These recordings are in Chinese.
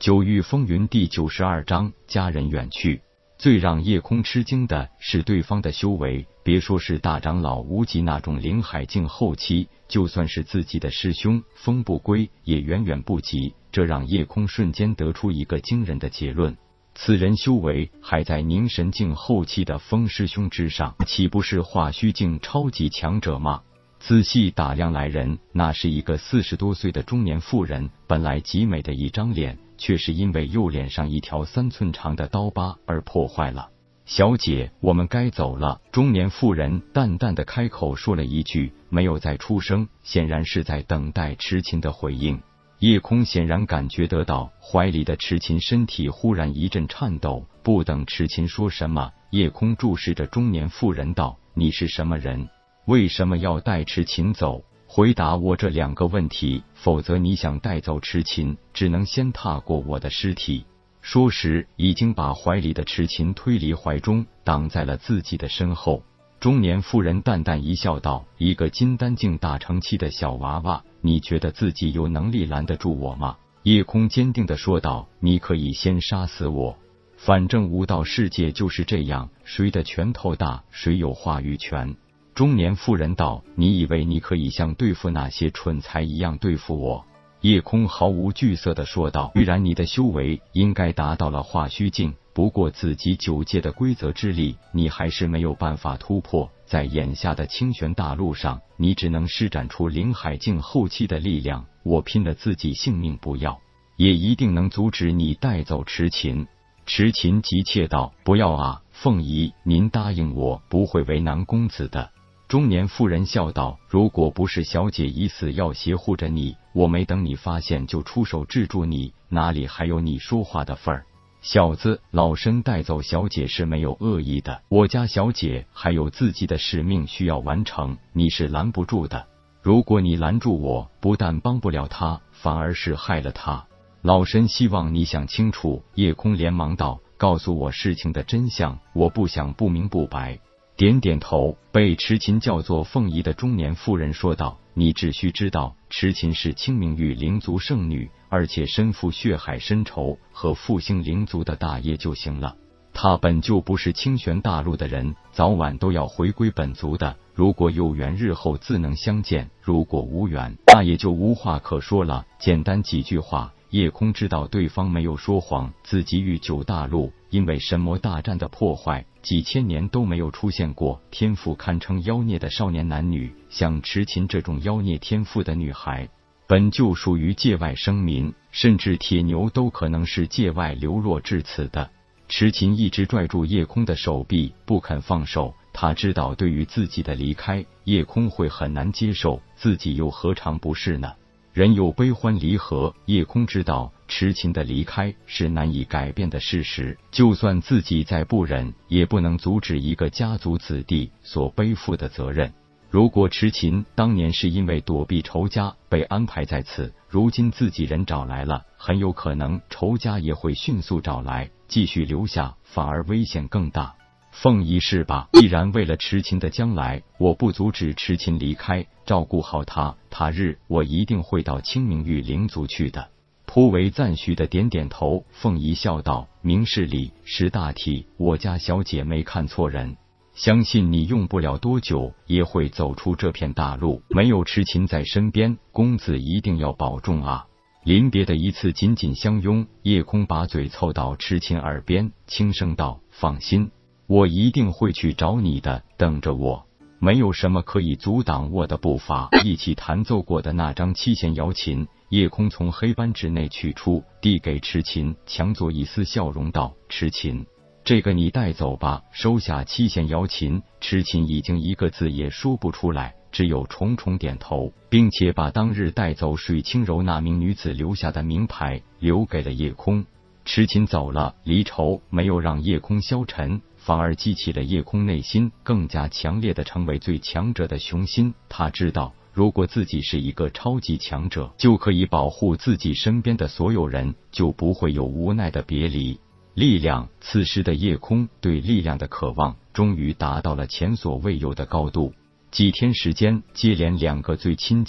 九域风云第92章，家人远去。最让叶空吃惊的是对方的修为，别说是大长老无极那种灵海境后期，就算是自己的师兄风不归也远远不及，这让叶空瞬间得出一个惊人的结论。此人修为还在凝神境后期的风师兄之上，岂不是化虚境超级强者吗？仔细打量来人，那是一个40多岁的中年妇人，本来极美的一张脸，却是因为右脸上一条3寸长的刀疤而破坏了。小姐，我们该走了。中年妇人淡淡的开口说了一句，没有再出声，显然是在等待痴琴的回应。叶空显然感觉得到怀里的痴琴身体忽然一阵颤抖，不等痴琴说什么，叶空注视着中年妇人道：你是什么人？为什么要带痴琴走？回答我这2个问题，否则你想带走痴琴，只能先踏过我的尸体。说时，已经把怀里的痴琴推离怀中，挡在了自己的身后。中年妇人淡淡一笑道：一个金丹境大成期的小娃娃，你觉得自己有能力拦得住我吗？叶空坚定地说道：你可以先杀死我，反正武道世界就是这样，谁的拳头大，谁有话语权。中年妇人道：你以为你可以像对付那些蠢材一样对付我？叶空毫无惧色地说道：虽然你的修为应该达到了化虚境，不过紫极9界的规则之力，你还是没有办法突破。在眼下的清玄大陆上，你只能施展出灵海境后期的力量，我拼了自己性命不要，也一定能阻止你带走痴琴。痴琴急切道：不要啊，凤仪，您答应我，不会为难公子的。中年妇人笑道：如果不是小姐以死要挟护着你，我没等你发现就出手制住你，哪里还有你说话的份儿？小子，老身带走小姐是没有恶意的，我家小姐还有自己的使命需要完成，你是拦不住的。如果你拦住我，不但帮不了她，反而是害了她。老身希望你想清楚。叶空连忙道：告诉我事情的真相，我不想不明不白。点点头，被痴琴叫做凤仪的中年妇人说道：你只需知道，痴琴是清明域灵族圣女，而且身负血海深仇和复兴灵族的大业就行了。她本就不是清玄大陆的人，早晚都要回归本族的。如果有缘，日后自能相见；如果无缘，那也就无话可说了。简单几句话，叶空知道对方没有说谎。自己与9大陆因为神魔大战的破坏，几千年都没有出现过天赋堪称妖孽的少年男女，像痴琴这种妖孽天赋的女孩，本就属于界外生民，甚至铁牛都可能是界外流落至此的。痴琴一直拽住叶空的手臂，不肯放手。他知道对于自己的离开，叶空会很难接受，自己又何尝不是呢？人有悲欢离合，叶空知道痴琴的离开是难以改变的事实，就算自己再不忍，也不能阻止一个家族子弟所背负的责任。如果痴琴当年是因为躲避仇家被安排在此，如今自己人找来了，很有可能仇家也会迅速找来，继续留下反而危险更大。凤仪是吧？既然为了痴琴的将来，我不阻止痴琴离开，照顾好她，他日我一定会到清明域灵族去的。颇为赞许的点点头，凤仪笑道：明事理，识大体，我家小姐没看错人，相信你用不了多久也会走出这片大陆。没有痴琴在身边，公子一定要保重啊。临别的一次紧紧相拥，叶空把嘴凑到痴琴耳边，轻声道：放心，我一定会去找你的，等着我。没有什么可以阻挡我的步伐。一起弹奏过的那张七弦瑶琴，叶空从黑扳指内取出，递给痴琴，强作一丝笑容道：痴琴，这个你带走吧。收下七弦瑶琴，痴琴已经一个字也说不出来，只有重重点头，并且把当日带走水清柔那名女子留下的名牌留给了叶空。痴琴走了，离愁没有让叶空消沉，反而激起了叶空内心更加强烈的成为最强者的雄心。他知道，如果自己是一个超级强者，就可以保护自己身边的所有人，就不会有无奈的别离。力量，此时的叶空对力量的渴望终于达到了前所未有的高度。几天时间，接连2个最亲近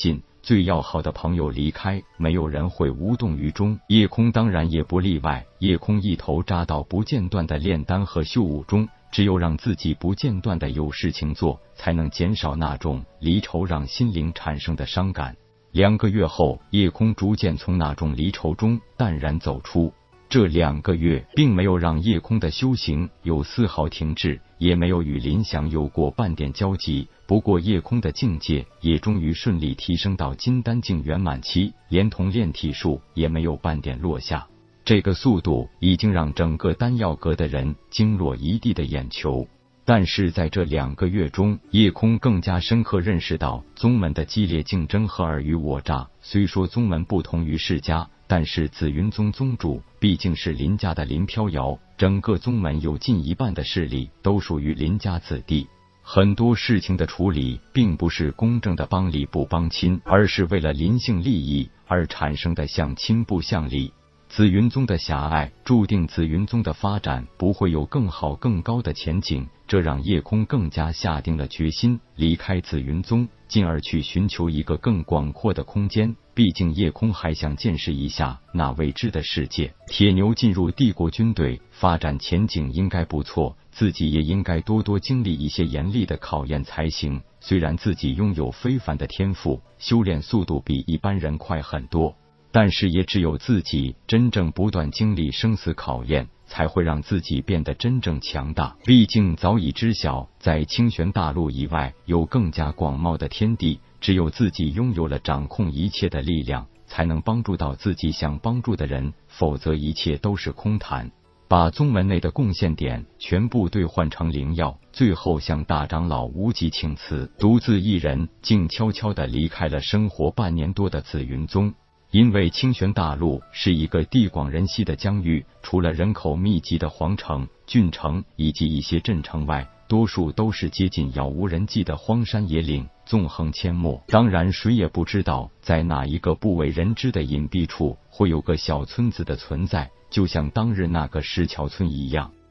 最要好的朋友离开，没有人会无动于衷，叶空当然也不例外。叶空一头扎到不间断的炼丹和修武中，只有让自己不间断的有事情做，才能减少那种离愁让心灵产生的伤感。2个月后，叶空逐渐从那种离愁中淡然走出。这2个月并没有让叶空的修行有丝毫停滞，也没有与林祥有过半点交集。不过叶空的境界也终于顺利提升到金丹境圆满期，连同炼体术也没有半点落下。这个速度已经让整个丹药阁的人惊落一地的眼球。但是在这2个月中，叶空更加深刻认识到宗门的激烈竞争和尔虞我诈。虽说宗门不同于世家，但是紫云宗宗主毕竟是林家的林飘摇，整个宗门有近一半的势力都属于林家子弟。很多事情的处理并不是公正的帮理不帮亲，而是为了林姓利益而产生的像亲不像利。紫云宗的狭隘注定紫云宗的发展不会有更好更高的前景，这让叶空更加下定了决心离开紫云宗，进而去寻求一个更广阔的空间。毕竟叶空还想见识一下那未知的世界。铁牛进入帝国军队，发展前景应该不错，自己也应该多多经历一些严厉的考验才行。虽然自己拥有非凡的天赋，修炼速度比一般人快很多，但是也只有自己真正不断经历生死考验，才会让自己变得真正强大。毕竟早已知晓，在清玄大陆以外有更加广袤的天地，只有自己拥有了掌控一切的力量，才能帮助到自己想帮助的人，否则一切都是空谈。把宗门内的贡献点全部兑换成灵药，最后向大长老无极请辞，独自一人静悄悄地离开了生活半年多的紫云宗。因为清玄大陆是一个地广人稀的疆域，除了人口密集的皇城、郡城以及一些镇城外，多数都是接近杳无人迹的荒山野岭，纵横阡陌。当然谁也不知道在哪一个不为人知的隐蔽处会有个小村子的存在，就像当日那个石桥村一样。